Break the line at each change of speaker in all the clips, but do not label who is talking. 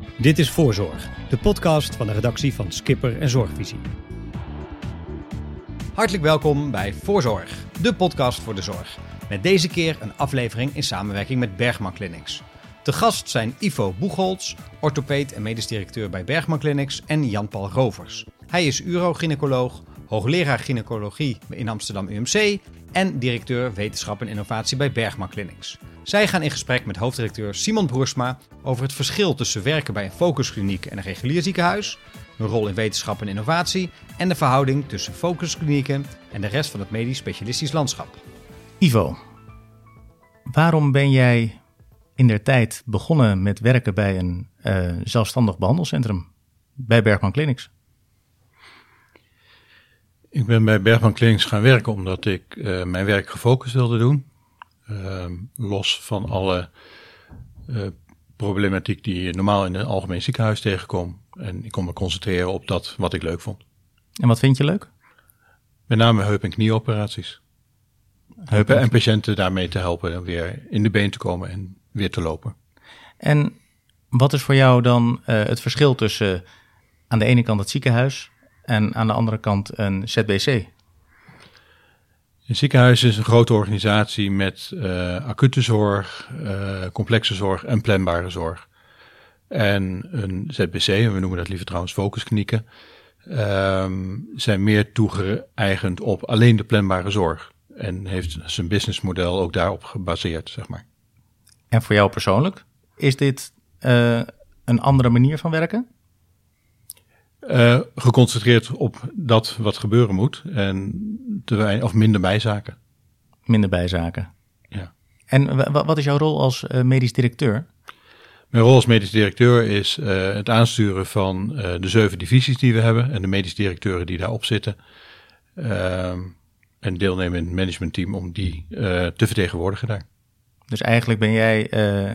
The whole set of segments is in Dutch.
Dit is Voorzorg, de podcast van de redactie van Skipper en Zorgvisie. Hartelijk welkom bij Voorzorg, de podcast voor de zorg. Met deze keer een aflevering in samenwerking met Bergman Clinics. Te gast zijn Ivo Boegholz, orthopeed en medisch directeur bij Bergman Clinics, en Jan-Paul Rovers. Hij is urogynecoloog, hoogleraar gynaecologie in Amsterdam UMC en directeur wetenschap en innovatie bij Bergman Clinics. Zij gaan in gesprek met hoofddirecteur Simon Broersma over het verschil tussen werken bij een focuskliniek en een regulier ziekenhuis, hun rol in wetenschap en innovatie en de verhouding tussen focusklinieken en de rest van het medisch specialistisch landschap.
Ivo, waarom ben jij indertijd begonnen met werken bij een zelfstandig behandelcentrum bij Bergman Clinics?
Ik ben bij Bergman Clinics gaan werken omdat ik mijn werk gefocust wilde doen. Los van alle problematiek die je normaal in een algemeen ziekenhuis tegenkomt. En ik kon me concentreren op dat wat ik leuk vond.
En wat vind je leuk?
Met name heup- en knieoperaties. Heupen en patiënten daarmee te helpen weer in de been te komen en weer te lopen.
En wat is voor jou dan het verschil tussen aan de ene kant het ziekenhuis en aan de andere kant een ZBC?
Een ziekenhuis is een grote organisatie met acute zorg, complexe zorg en planbare zorg. En een ZBC, en we noemen dat liever trouwens focusklinieken, zijn meer toegeëigend op alleen de planbare zorg. En heeft zijn businessmodel ook daarop gebaseerd, zeg maar.
En voor jou persoonlijk, is dit een andere manier van werken?
Geconcentreerd op dat wat gebeuren moet en minder bijzaken.
Minder bijzaken.
Ja.
En wat is jouw rol als medisch directeur?
Mijn rol als medisch directeur is het aansturen van de 7 divisies die we hebben en de medisch directeuren die daarop zitten. En deelnemen in het managementteam om die te vertegenwoordigen daar.
Dus eigenlijk ben jij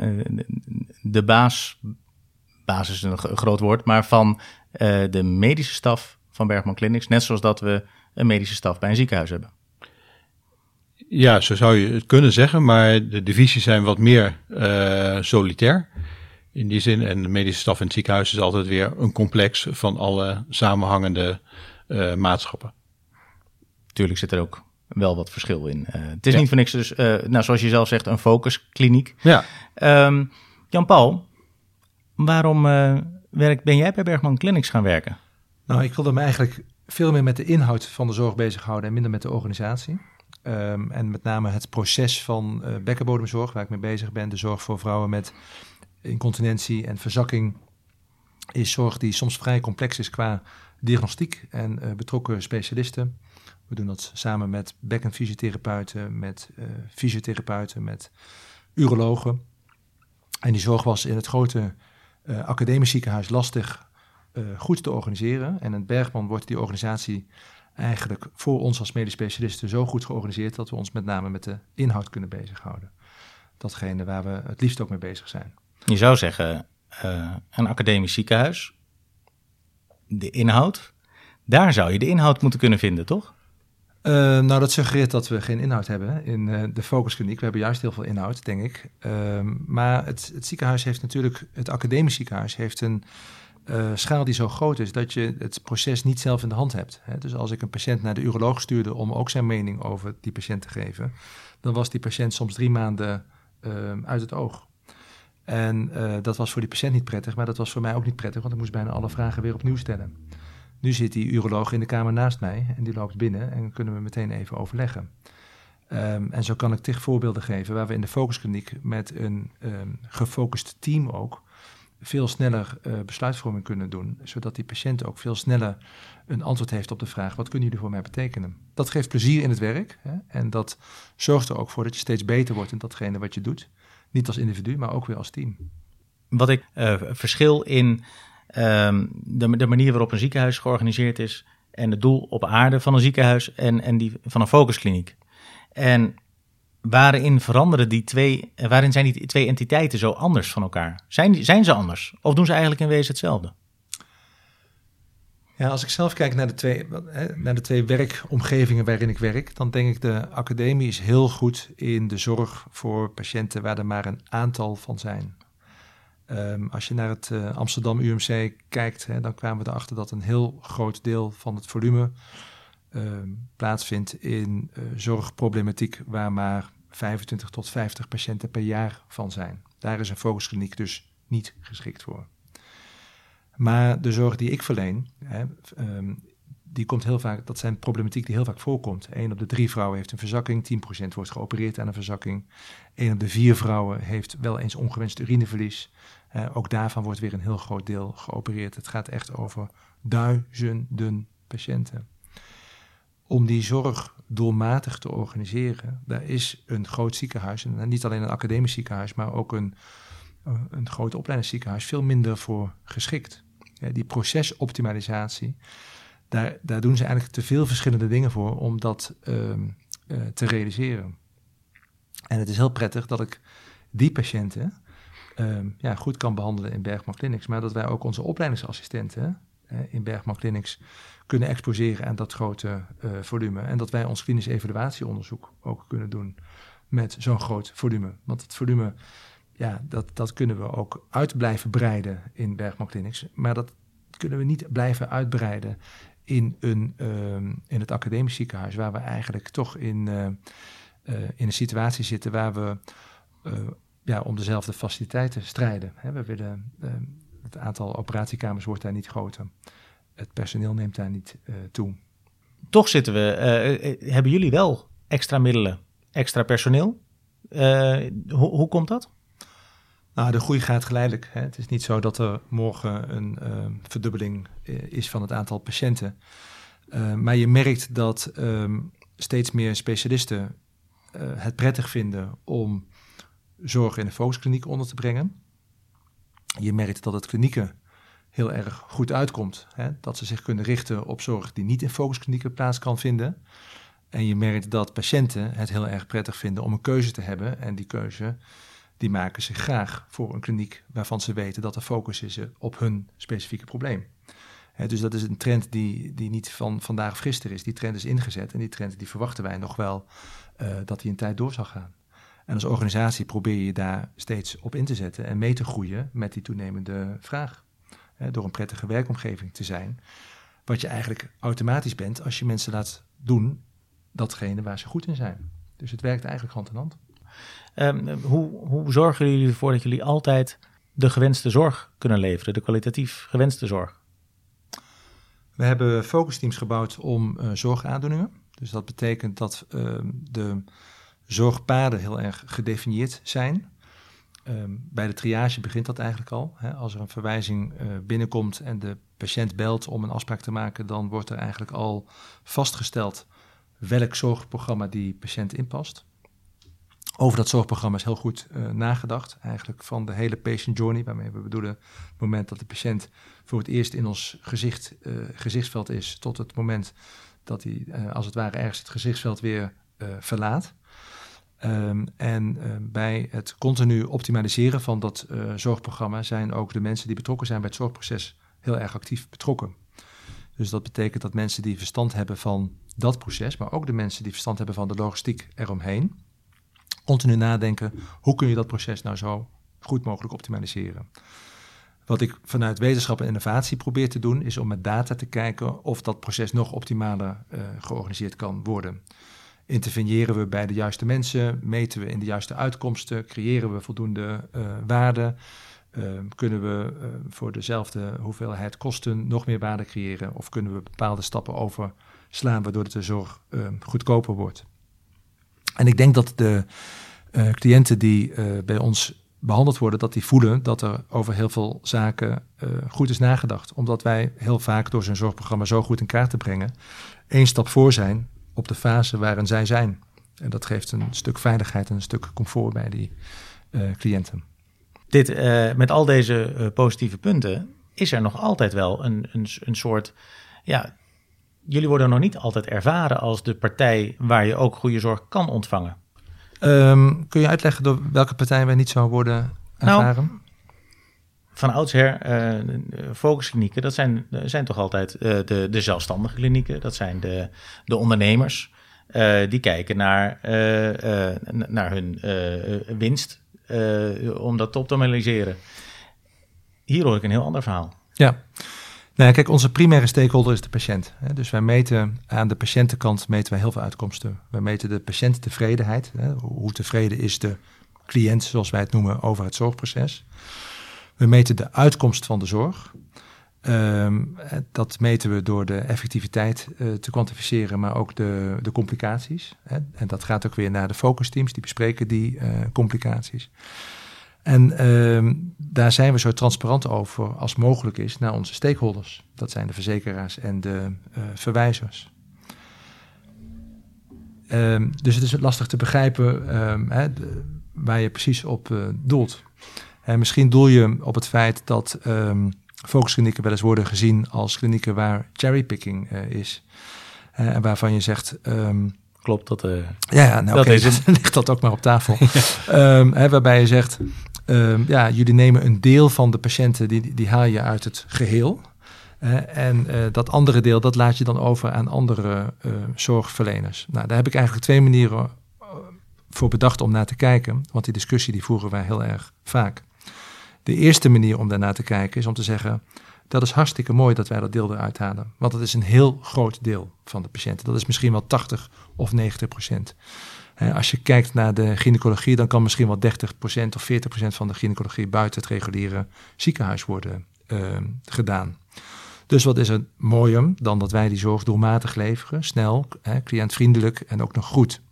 de baas is een groot woord, maar van de medische staf van Bergman Clinics, net zoals dat we een medische staf bij een ziekenhuis hebben.
Ja, zo zou je het kunnen zeggen, maar de divisies zijn wat meer solitair in die zin. En de medische staf in het ziekenhuis is altijd weer een complex van alle samenhangende maatschappen. Tuurlijk
zit er ook wel wat verschil in. Het is niet voor niks, dus zoals je zelf zegt, een focuskliniek.
Ja.
Jan-Paul, waarom ben jij bij Bergman Clinics gaan werken?
Nou, ik wilde me eigenlijk veel meer met de inhoud van de zorg bezighouden en minder met de organisatie. En met name het proces van bekkenbodemzorg, waar ik mee bezig ben. De zorg voor vrouwen met incontinentie en verzakking is zorg die soms vrij complex is qua diagnostiek en betrokken specialisten. We doen dat samen met bekkenfysiotherapeuten, met fysiotherapeuten, met urologen. En die zorg was in het grote academisch ziekenhuis lastig goed te organiseren. En in Bergman wordt die organisatie eigenlijk voor ons als medisch specialisten zo goed georganiseerd dat we ons met name met de inhoud kunnen bezighouden. Datgene waar we het liefst ook mee bezig zijn.
Je zou zeggen, een academisch ziekenhuis, de inhoud, daar zou je de inhoud moeten kunnen vinden, toch?
Nou, dat suggereert dat we geen inhoud hebben in de focuskliniek. We hebben juist heel veel inhoud, denk ik. Maar het ziekenhuis heeft natuurlijk, het academisch ziekenhuis heeft een schaal die zo groot is dat je het proces niet zelf in de hand hebt. Hè? Dus als ik een patiënt naar de uroloog stuurde om ook zijn mening over die patiënt te geven, dan was die patiënt soms 3 maanden uit het oog. En dat was voor die patiënt niet prettig, maar dat was voor mij ook niet prettig, want ik moest bijna alle vragen weer opnieuw stellen. Nu zit die uroloog in de kamer naast mij en die loopt binnen en kunnen we meteen even overleggen. En zo kan ik 10 voorbeelden geven waar we in de focuskliniek met een gefocust team ook veel sneller besluitvorming kunnen doen, zodat die patiënt ook veel sneller een antwoord heeft op de vraag: wat kunnen jullie voor mij betekenen? Dat geeft plezier in het werk, hè? En dat zorgt er ook voor dat je steeds beter wordt in datgene wat je doet. Niet als individu, maar ook weer als team.
Wat ik verschil in de manier waarop een ziekenhuis georganiseerd is en het doel op aarde van een ziekenhuis en die van een focuskliniek. En waarin zijn die 2 entiteiten zo anders van elkaar? Zijn ze anders? Of doen ze eigenlijk in wezen hetzelfde?
Ja, als ik zelf kijk naar de twee werkomgevingen waarin ik werk, dan denk ik de academie is heel goed in de zorg voor patiënten waar er maar een aantal van zijn. Als je naar het Amsterdam UMC kijkt, dan kwamen we erachter dat een heel groot deel van het volume plaatsvindt in zorgproblematiek waar maar 25 tot 50 patiënten per jaar van zijn. Daar is een focuskliniek dus niet geschikt voor. Maar de zorg die ik verleen, die komt heel vaak, dat zijn problematiek die heel vaak voorkomt. 1 op de 3 vrouwen heeft een verzakking, 10% wordt geopereerd aan een verzakking. 1 op de 4 vrouwen heeft wel eens ongewenst urineverlies. Ook daarvan wordt weer een heel groot deel geopereerd. Het gaat echt over duizenden patiënten. Om die zorg doelmatig te organiseren, daar is een groot ziekenhuis, en niet alleen een academisch ziekenhuis, maar ook een groot opleidingsziekenhuis veel minder voor geschikt. Die procesoptimalisatie, daar doen ze eigenlijk te veel verschillende dingen voor om dat te realiseren. En het is heel prettig dat ik die patiënten goed kan behandelen in Bergman Clinics, maar dat wij ook onze opleidingsassistenten in Bergman Clinics kunnen exposeren aan dat grote volume. En dat wij ons klinisch evaluatieonderzoek ook kunnen doen met zo'n groot volume. Want het volume, dat kunnen we ook uit blijven breiden in Bergman Clinics. Maar dat kunnen we niet blijven uitbreiden in het academisch ziekenhuis, waar we eigenlijk toch in een situatie zitten waar we om dezelfde faciliteiten strijden. We willen, het aantal operatiekamers wordt daar niet groter. Het personeel neemt daar niet toe.
Toch hebben jullie wel extra middelen, extra personeel. Hoe komt dat?
Nou, de groei gaat geleidelijk. Het is niet zo dat er morgen een verdubbeling is van het aantal patiënten. Maar je merkt dat steeds meer specialisten het prettig vinden om zorg in een focuskliniek onder te brengen. Je merkt dat het klinieken heel erg goed uitkomt. Dat ze zich kunnen richten op zorg die niet in focusklinieken plaats kan vinden. En je merkt dat patiënten het heel erg prettig vinden om een keuze te hebben. En die keuze, die maken ze graag voor een kliniek waarvan ze weten dat de focus is op hun specifieke probleem. Dus dat is een trend die niet van vandaag of gisteren is. Die trend is ingezet en die trend die verwachten wij nog wel dat die een tijd door zal gaan. En als organisatie probeer je daar steeds op in te zetten en mee te groeien met die toenemende vraag. Door een prettige werkomgeving te zijn. Wat je eigenlijk automatisch bent als je mensen laat doen datgene waar ze goed in zijn. Dus het werkt eigenlijk hand in hand.
Hoe zorgen jullie ervoor dat jullie altijd de gewenste zorg kunnen leveren? De kwalitatief gewenste zorg?
We hebben focusteams gebouwd om zorgaandoeningen. Dus dat betekent dat de zorgpaden heel erg gedefinieerd zijn. Bij de triage begint dat eigenlijk al. Als er een verwijzing binnenkomt en de patiënt belt om een afspraak te maken, dan wordt er eigenlijk al vastgesteld welk zorgprogramma die patiënt inpast. Over dat zorgprogramma is heel goed nagedacht. Eigenlijk van de hele patient journey, waarmee we bedoelen het moment dat de patiënt voor het eerst in ons gezichtsveld is, tot het moment dat hij als het ware ergens het gezichtsveld weer verlaat. Bij het continu optimaliseren van dat zorgprogramma zijn ook de mensen die betrokken zijn bij het zorgproces heel erg actief betrokken. Dus dat betekent dat mensen die verstand hebben van dat proces, maar ook de mensen die verstand hebben van de logistiek eromheen, continu nadenken, hoe kun je dat proces nou zo goed mogelijk optimaliseren. Wat ik vanuit wetenschap en innovatie probeer te doen, is om met data te kijken of dat proces nog optimaler georganiseerd kan worden. Interveneren we bij de juiste mensen, meten we in de juiste uitkomsten, creëren we voldoende waarde, kunnen we voor dezelfde hoeveelheid kosten nog meer waarde creëren of kunnen we bepaalde stappen overslaan waardoor de zorg goedkoper wordt. En ik denk dat de cliënten die bij ons behandeld worden, dat die voelen dat er over heel veel zaken goed is nagedacht. Omdat wij heel vaak door zo'n zorgprogramma zo goed in kaart te brengen, 1 stap voor zijn op de fase waarin zij zijn. En dat geeft een stuk veiligheid en een stuk comfort bij die cliënten.
Met al deze positieve punten is er nog altijd wel een soort... jullie worden nog niet altijd ervaren als de partij waar je ook goede zorg kan ontvangen.
Kun je uitleggen door welke partij wij niet zo worden ervaren?
Nou, van oudsher, focusklinieken, dat zijn toch altijd de zelfstandige klinieken. Dat zijn de ondernemers. Die kijken naar hun winst om dat te optimaliseren. hier hoor ik een heel ander verhaal.
Ja. Nou, kijk, onze primaire stakeholder is de patiënt. Dus wij meten aan de patiëntenkant heel veel uitkomsten. Wij meten de patiënttevredenheid. Hoe tevreden is de cliënt, zoals wij het noemen, over het zorgproces. We meten de uitkomst van de zorg. Dat meten we door de effectiviteit te kwantificeren, maar ook de complicaties. En dat gaat ook weer naar de focusteams, die bespreken die complicaties. En daar zijn we zo transparant over als mogelijk is naar onze stakeholders. Dat zijn de verzekeraars en de verwijzers. Dus het is lastig te begrijpen waar je precies op doelt. Misschien doel je op het feit dat focusklinieken wel eens worden gezien als klinieken waar cherrypicking is. En waarvan je zegt...
Klopt, dat
ligt dat ook maar op tafel. Waarbij je zegt, jullie nemen een deel van de patiënten, die haal je uit het geheel. En dat andere deel, dat laat je dan over aan andere zorgverleners. Nou, daar heb ik eigenlijk 2 manieren voor bedacht om naar te kijken. Want die discussie die voeren wij heel erg vaak. De eerste manier om daarnaar te kijken is om te zeggen... dat is hartstikke mooi dat wij dat deel eruit halen. Want dat is een heel groot deel van de patiënten. Dat is misschien wel 80 of 90%. Als je kijkt naar de gynaecologie... dan kan misschien wel 30% of 40% van de gynaecologie... buiten het reguliere ziekenhuis worden gedaan. Dus wat is er mooier dan dat wij die zorg doelmatig leveren... snel, cliëntvriendelijk en ook nog goed.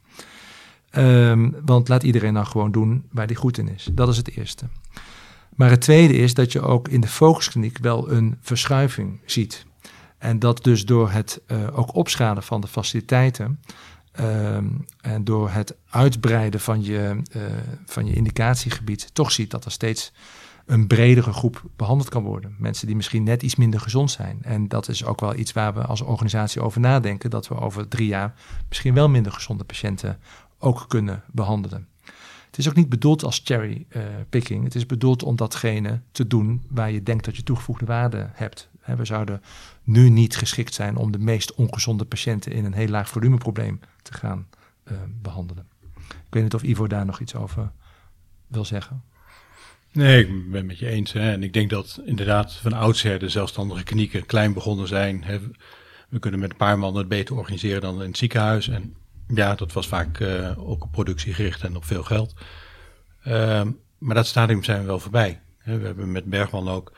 Want laat iedereen nou gewoon doen waar die goed in is. Dat is het eerste. Maar het tweede is dat je ook in de focuskliniek wel een verschuiving ziet. En dat dus door het ook opschalen van de faciliteiten... en door het uitbreiden van je indicatiegebied... toch ziet dat er steeds een bredere groep behandeld kan worden. Mensen die misschien net iets minder gezond zijn. En dat is ook wel iets waar we als organisatie over nadenken... dat we over 3 jaar misschien wel minder gezonde patiënten ook kunnen behandelen. Het is ook niet bedoeld als cherrypicking. Het is bedoeld om datgene te doen waar je denkt dat je toegevoegde waarde hebt. We zouden nu niet geschikt zijn om de meest ongezonde patiënten in een heel laag volumeprobleem te gaan behandelen. Ik weet niet of Ivo daar nog iets over wil zeggen.
Nee, ik ben het met je eens. En ik denk dat inderdaad van oudsher de zelfstandige klinieken klein begonnen zijn. We kunnen met een paar mannen het beter organiseren dan in het ziekenhuis. En ja, dat was vaak ook op productie gericht en op veel geld. Maar dat stadium zijn we wel voorbij. We hebben met Bergman ook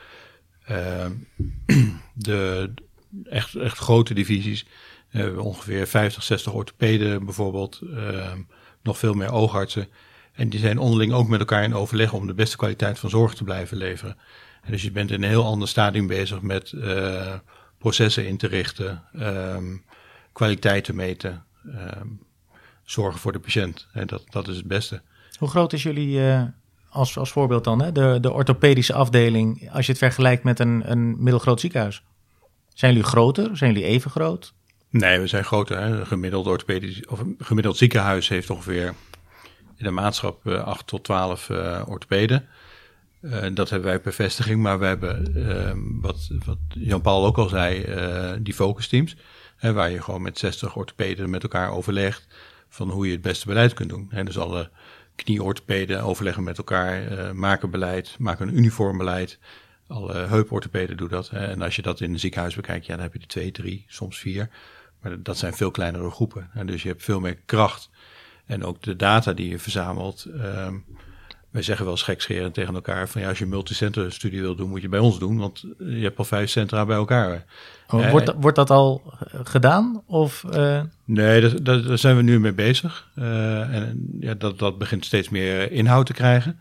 de echt grote divisies. We hebben ongeveer 50, 60 orthopeden bijvoorbeeld. Nog veel meer oogartsen. En die zijn onderling ook met elkaar in overleg om de beste kwaliteit van zorg te blijven leveren. En dus je bent in een heel ander stadium bezig met processen in te richten, kwaliteit te meten. Zorgen voor de patiënt. Dat is het beste.
Hoe groot is jullie, als voorbeeld dan, de orthopedische afdeling... als je het vergelijkt met een middelgroot ziekenhuis? Zijn jullie groter? Zijn jullie even groot?
Nee, we zijn groter. Een gemiddeld ziekenhuis heeft ongeveer in de maatschap 8 tot 12 orthopeden. Dat hebben wij per vestiging. Maar we hebben, wat Jan-Paul ook al zei, die focusteams... waar je gewoon met 60 orthopeden met elkaar overlegt van hoe je het beste beleid kunt doen. Dus alle knieorthopeden overleggen met elkaar, maken beleid, maken een uniform beleid. Alle heuporthopeden doen dat. En als je dat in een ziekenhuis bekijkt, dan heb je er 2, 3, soms 4. Maar dat zijn veel kleinere groepen. Dus je hebt veel meer kracht. En ook de data die je verzamelt. Wij zeggen wel gekscherend tegen elkaar van als je een multicentra-studie wil doen, moet je bij ons doen. Want je hebt al 5 centra bij elkaar.
Wordt dat al gedaan? Of,
Nee, daar zijn we nu mee bezig. Dat begint steeds meer inhoud te krijgen.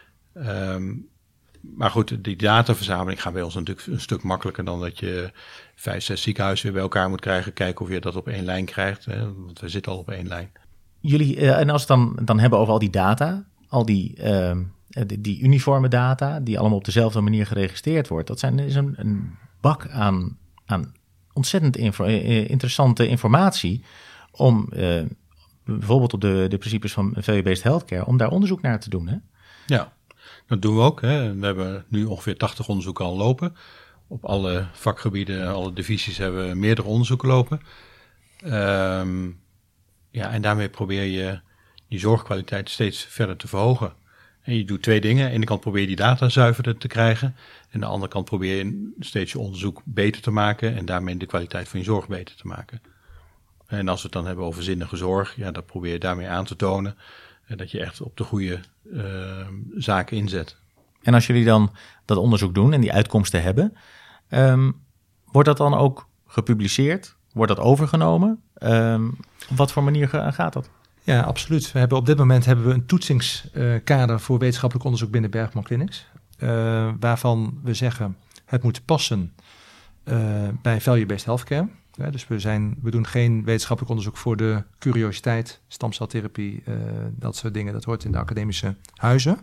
Maar goed, die dataverzameling gaat bij ons natuurlijk een stuk makkelijker dan dat je 5, 6 ziekenhuizen weer bij elkaar moet krijgen. Kijken of je dat op 1 lijn krijgt. Want we zitten al op 1 lijn.
Jullie, en als we het dan hebben over al die data, al die uniforme data, die allemaal op dezelfde manier geregistreerd wordt. Dat is een bak aan ontzettend interessante informatie om bijvoorbeeld op de principes van value-based healthcare, om daar onderzoek naar te doen. Hè?
Ja, dat doen we ook. Hè. We hebben nu ongeveer 80 onderzoeken al lopen. Op alle vakgebieden, alle divisies hebben we meerdere onderzoeken lopen. En daarmee probeer je die zorgkwaliteit steeds verder te verhogen. En je doet 2 dingen. Aan de ene kant probeer je die data zuiverder te krijgen. En aan de andere kant probeer je steeds je onderzoek beter te maken. En daarmee de kwaliteit van je zorg beter te maken. En als we het dan hebben over zinnige zorg, ja, dan probeer je daarmee aan te tonen dat je echt op de goede zaken inzet.
En als jullie dan dat onderzoek doen en die uitkomsten hebben, wordt dat dan ook gepubliceerd? Wordt dat overgenomen? Op wat voor manier gaat dat?
Ja, absoluut. Op dit moment hebben we een toetsingskader voor wetenschappelijk onderzoek binnen Bergman Clinics. Waarvan we zeggen, het moet passen bij value-based healthcare. Ja, dus we doen geen wetenschappelijk onderzoek voor de curiositeit, stamceltherapie, dat soort dingen. Dat hoort in de academische huizen.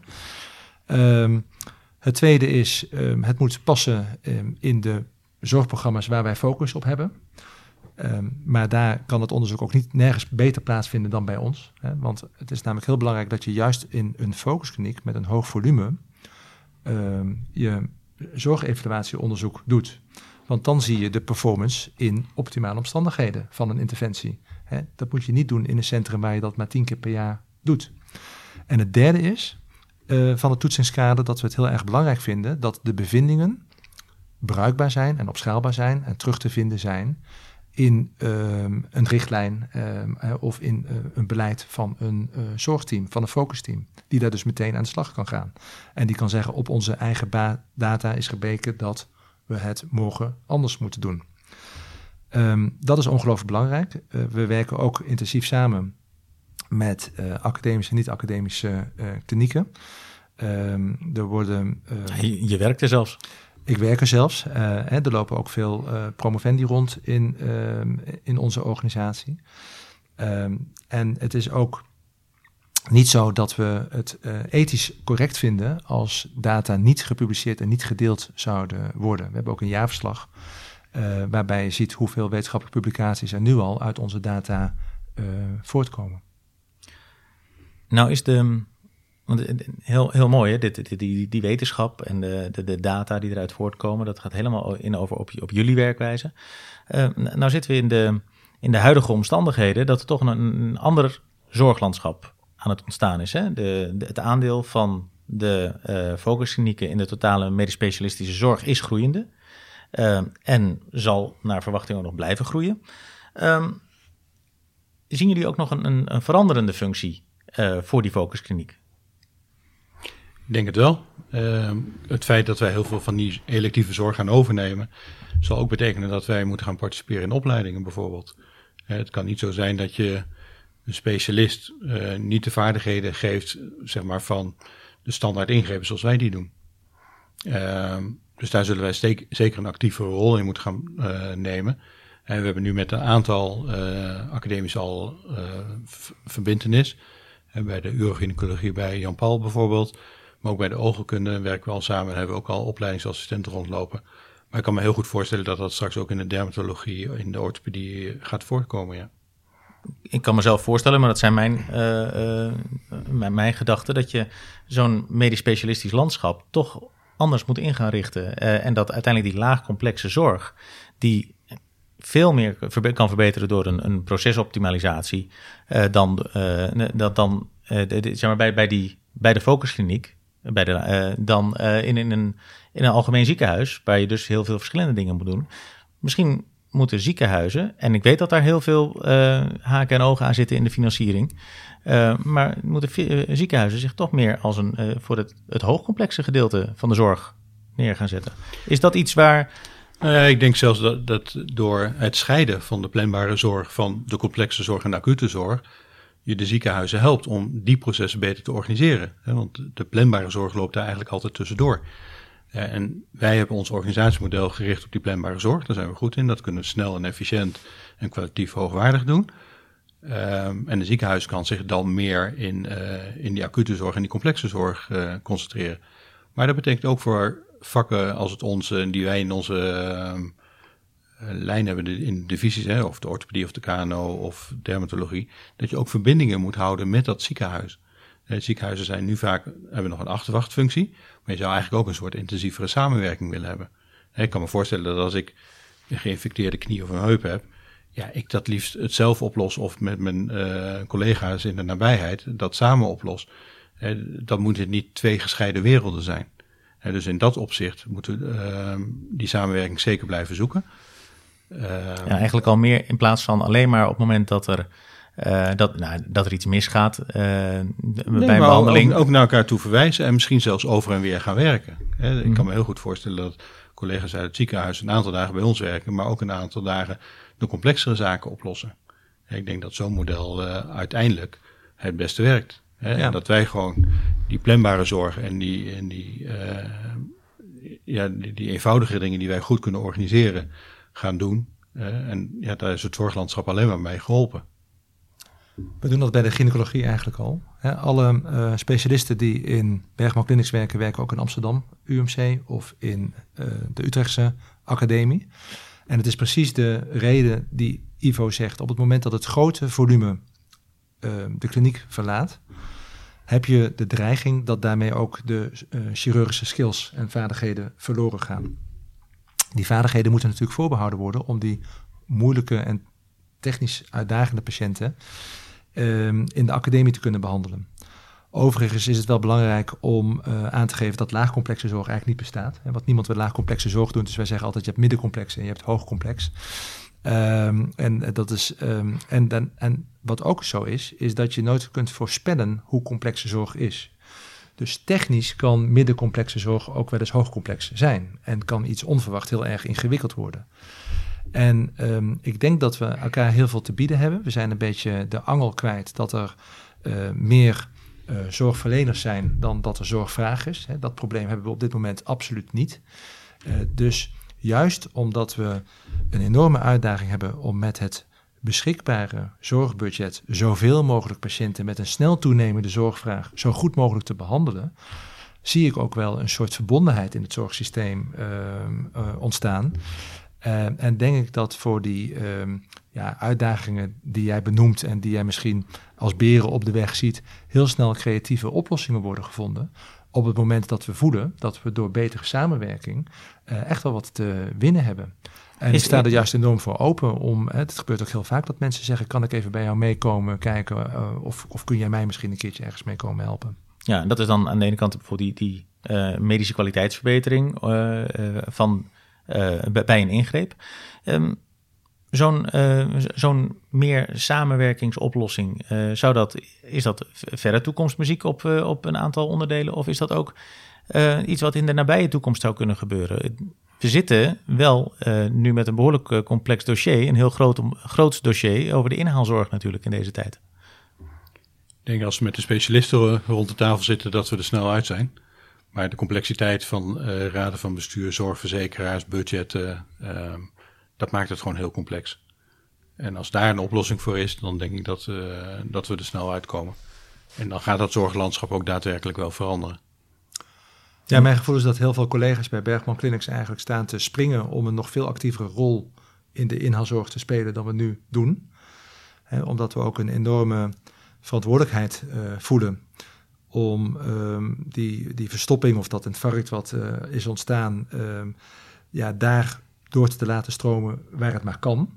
Het tweede is, het moet passen in de zorgprogramma's waar wij focus op hebben. Maar daar kan het onderzoek ook niet nergens beter plaatsvinden dan bij ons. Hè? Want het is namelijk heel belangrijk dat je juist in een focuskliniek met een hoog volume je zorgevaluatieonderzoek doet. Want dan zie je de performance in optimale omstandigheden van een interventie. Hè? Dat moet je niet doen in een centrum waar je dat maar 10 keer per jaar doet. En het derde is van het toetsingskader dat we het heel erg belangrijk vinden dat de bevindingen bruikbaar zijn en opschaalbaar zijn en terug te vinden zijn in een richtlijn of in een beleid van een zorgteam, van een focusteam, die daar dus meteen aan de slag kan gaan. En die kan zeggen, op onze eigen data is gebleken dat we het morgen anders moeten doen. Dat is ongelooflijk belangrijk. We werken ook intensief samen met academische en niet-academische klinieken. Er worden...
Je werkt er zelfs.
Ik werk er zelfs. Er lopen ook veel promovendi rond in onze organisatie. En het is ook niet zo dat we het ethisch correct vinden als data niet gepubliceerd en niet gedeeld zouden worden. We hebben ook een jaarverslag waarbij je ziet hoeveel wetenschappelijke publicaties er nu al uit onze data voortkomen. Nou is
heel mooi, hè? Die wetenschap en de data die eruit voortkomen, dat gaat helemaal over op jullie werkwijze. Nou zitten we in de huidige omstandigheden dat er toch een ander zorglandschap aan het ontstaan is. Hè? Het aandeel van de focusklinieken in de totale medisch specialistische zorg is groeiende en zal naar verwachting ook nog blijven groeien. Zien jullie ook nog een veranderende functie voor die focuskliniek?
Ik denk het wel. Het feit dat wij heel veel van die electieve zorg gaan overnemen, zal ook betekenen dat wij moeten gaan participeren in opleidingen bijvoorbeeld. Het kan niet zo zijn dat je een specialist niet de vaardigheden geeft, zeg maar, van de standaard ingrepen zoals wij die doen. Dus daar zullen wij zeker een actieve rol in moeten gaan nemen. En we hebben nu met een aantal academisch al verbintenis. Bij de urogynecologie bij Jan Paul bijvoorbeeld. Maar ook bij de oogheelkunde werken we al samen en hebben we ook al opleidingsassistenten rondlopen. Maar ik kan me heel goed voorstellen dat dat straks ook in de dermatologie, in de orthopedie gaat voortkomen, ja.
Ik kan mezelf voorstellen, maar dat zijn mijn gedachten, dat je zo'n medisch specialistisch landschap toch anders moet in gaan richten. En dat uiteindelijk die laagcomplexe zorg, die veel meer kan verbeteren door een procesoptimalisatie dan zeg maar bij de focuskliniek, dan in een algemeen ziekenhuis, waar je dus heel veel verschillende dingen moet doen. Misschien moeten ziekenhuizen, en ik weet dat daar heel veel haken en ogen aan zitten in de financiering, maar moeten ziekenhuizen zich toch meer als voor het hoogcomplexe gedeelte van de zorg neer gaan zetten. Is dat iets waar...
Ik denk zelfs dat door het scheiden van de planbare zorg van de complexe zorg en de acute zorg, je de ziekenhuizen helpt om die processen beter te organiseren. Want de planbare zorg loopt daar eigenlijk altijd tussendoor. En wij hebben ons organisatiemodel gericht op die planbare zorg. Daar zijn we goed in. Dat kunnen we snel en efficiënt en kwalitatief hoogwaardig doen. En de ziekenhuis kan zich dan meer in die acute zorg en die complexe zorg concentreren. Maar dat betekent ook voor vakken als het onze, die wij in onze lijn hebben in de divisies, of de orthopedie of de KNO of dermatologie, dat je ook verbindingen moet houden met dat ziekenhuis. Ziekenhuizen zijn nu vaak, hebben nog een achterwachtfunctie, maar je zou eigenlijk ook een soort intensievere samenwerking willen hebben. Ik kan me voorstellen dat als ik een geïnfecteerde knie of een heup heb, ik dat liefst het zelf oplos of met mijn collega's in de nabijheid dat samen oplos. Dan moeten het niet twee gescheiden werelden zijn. Dus in dat opzicht moeten we die samenwerking zeker blijven zoeken.
Eigenlijk al meer in plaats van alleen maar op het moment dat er dat er iets misgaat bij een behandeling.
Ook naar elkaar toe verwijzen en misschien zelfs over en weer gaan werken. Ik kan me heel goed voorstellen dat collega's uit het ziekenhuis een aantal dagen bij ons werken, maar ook een aantal dagen de complexere zaken oplossen. Ik denk dat zo'n model uiteindelijk het beste werkt. En dat wij gewoon die planbare zorg en die eenvoudige dingen die wij goed kunnen organiseren gaan doen. En daar is het zorglandschap alleen maar mee geholpen.
We doen dat bij de gynaecologie eigenlijk al. Alle specialisten die in Bergman Clinics werken, werken ook in Amsterdam UMC of in de Utrechtse Academie. En het is precies de reden die Ivo zegt. Op het moment dat het grote volume de kliniek verlaat, heb je de dreiging dat daarmee ook de chirurgische skills en vaardigheden verloren gaan. Die vaardigheden moeten natuurlijk voorbehouden worden om die moeilijke en technisch uitdagende patiënten in de academie te kunnen behandelen. Overigens is het wel belangrijk om aan te geven dat laagcomplexe zorg eigenlijk niet bestaat. Want niemand wil laagcomplexe zorg doen, dus wij zeggen altijd je hebt middencomplex en je hebt hoogcomplex. En wat ook zo is dat je nooit kunt voorspellen hoe complexe zorg is. Dus technisch kan middencomplexe zorg ook wel eens hoogcomplex zijn en kan iets onverwacht heel erg ingewikkeld worden. En ik denk dat we elkaar heel veel te bieden hebben. We zijn een beetje de angel kwijt dat er meer zorgverleners zijn dan dat er zorgvraag is. Dat probleem hebben we op dit moment absoluut niet. Dus juist omdat we een enorme uitdaging hebben om met het beschikbare zorgbudget zoveel mogelijk patiënten met een snel toenemende zorgvraag zo goed mogelijk te behandelen, zie ik ook wel een soort verbondenheid in het zorgsysteem ontstaan. En denk ik dat voor die uitdagingen die jij benoemt en die jij misschien als beren op de weg ziet, heel snel creatieve oplossingen worden gevonden. Op het moment dat we voelen dat we door betere samenwerking echt wel wat te winnen hebben. En ik sta er juist enorm voor open om, het gebeurt ook heel vaak dat mensen zeggen, kan ik even bij jou meekomen kijken of kun jij mij misschien een keertje ergens mee komen helpen. Ja,
en dat is dan aan de ene kant bijvoorbeeld die medische kwaliteitsverbetering bij een ingreep. Zo'n meer samenwerkingsoplossing, is dat verre toekomstmuziek op een aantal onderdelen? Of is dat ook iets wat in de nabije toekomst zou kunnen gebeuren? We zitten wel nu met een behoorlijk complex dossier, een heel groot dossier over de inhaalzorg natuurlijk in deze tijd.
Ik denk als we met de specialisten rond de tafel zitten dat we er snel uit zijn. Maar de complexiteit van raden van bestuur, zorgverzekeraars, budgetten, dat maakt het gewoon heel complex. En als daar een oplossing voor is, dan denk ik dat we er snel uitkomen. En dan gaat dat zorglandschap ook daadwerkelijk wel veranderen.
Ja, mijn gevoel is dat heel veel collega's bij Bergman Clinics eigenlijk staan te springen om een nog veel actievere rol in de inhaalzorg te spelen dan we nu doen. Omdat we ook een enorme verantwoordelijkheid voelen om die verstopping of dat infarct wat is ontstaan, daar door te laten stromen waar het maar kan.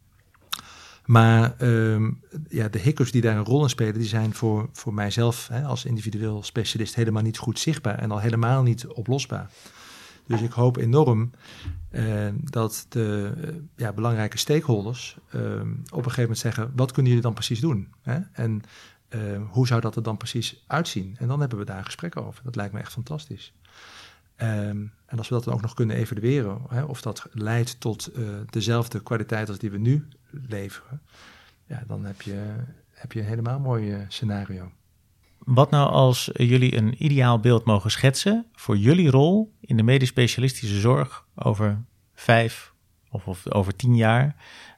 Maar de hiccups die daar een rol in spelen, die zijn voor mijzelf als individueel specialist helemaal niet goed zichtbaar en al helemaal niet oplosbaar. Dus ik hoop enorm dat de belangrijke stakeholders op een gegeven moment zeggen, wat kunnen jullie dan precies doen? En hoe zou dat er dan precies uitzien? En dan hebben we daar een gesprek over. Dat lijkt me echt fantastisch. En als we dat dan ook nog kunnen evalueren, of dat leidt tot dezelfde kwaliteit als die we nu leveren, dan heb je een helemaal mooi scenario.
Wat nou als jullie een ideaal beeld mogen schetsen voor jullie rol in de medisch specialistische zorg over 5 of over 10 jaar?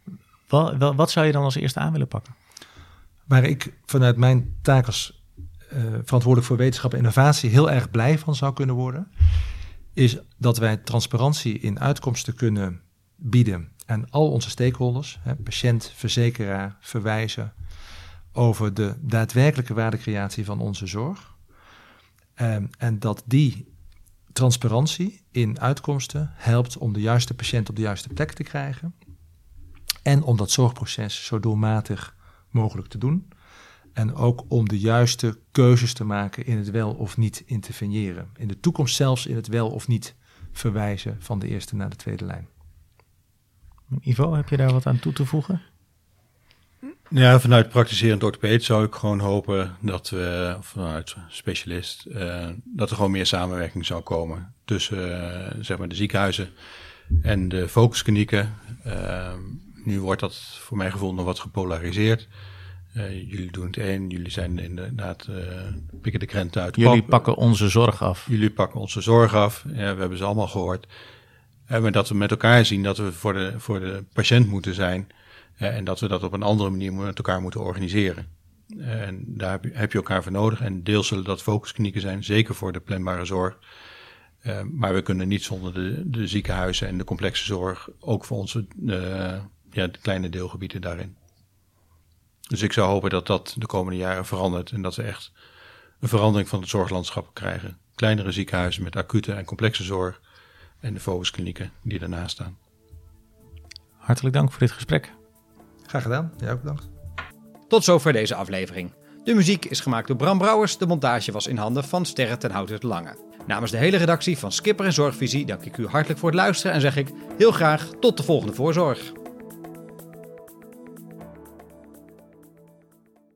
Wat zou je dan als eerste aan willen pakken?
Waar ik vanuit mijn taak als verantwoordelijk voor wetenschap en innovatie heel erg blij van zou kunnen worden, is dat wij transparantie in uitkomsten kunnen bieden aan al onze stakeholders, patiënt, verzekeraar, verwijzer, over de daadwerkelijke waardecreatie van onze zorg. En dat die transparantie in uitkomsten helpt om de juiste patiënt op de juiste plek te krijgen en om dat zorgproces zo doelmatig mogelijk te doen. En ook om de juiste keuzes te maken in het wel of niet interveneren. In de toekomst zelfs in het wel of niet verwijzen van de eerste naar de tweede lijn.
Ivo, heb je daar wat aan toe te voegen?
Ja, vanuit praktiserend orthopeed zou ik gewoon hopen dat we, vanuit specialist, dat er gewoon meer samenwerking zou komen tussen zeg maar de ziekenhuizen en de focusklinieken. Nu wordt dat voor mijn gevoel nog wat gepolariseerd. Jullie doen het één, jullie zijn inderdaad pikken de krenten uit de
Jullie
pap.
pakken onze zorg af.
Jullie pakken onze zorg af. Ja, we hebben ze allemaal gehoord. Maar dat we met elkaar zien dat we voor de patiënt moeten zijn. En dat we dat op een andere manier met elkaar moeten organiseren. En daar heb je elkaar voor nodig. En deels zullen dat focusklinieken zijn, zeker voor de planbare zorg. Maar we kunnen niet zonder de ziekenhuizen en de complexe zorg, ook voor onze de kleine deelgebieden daarin. Dus ik zou hopen dat dat de komende jaren verandert en dat we echt een verandering van het zorglandschap krijgen. Kleinere ziekenhuizen met acute en complexe zorg en de focusklinieken die daarnaast staan.
Hartelijk dank voor dit gesprek.
Graag gedaan. Jij ook bedankt.
Tot zover deze aflevering. De muziek is gemaakt door Bram Brouwers. De montage was in handen van Sterre ten Houten de Lange. Namens de hele redactie van Skipper en Zorgvisie dank ik u hartelijk voor het luisteren en zeg ik heel graag tot de volgende voorzorg.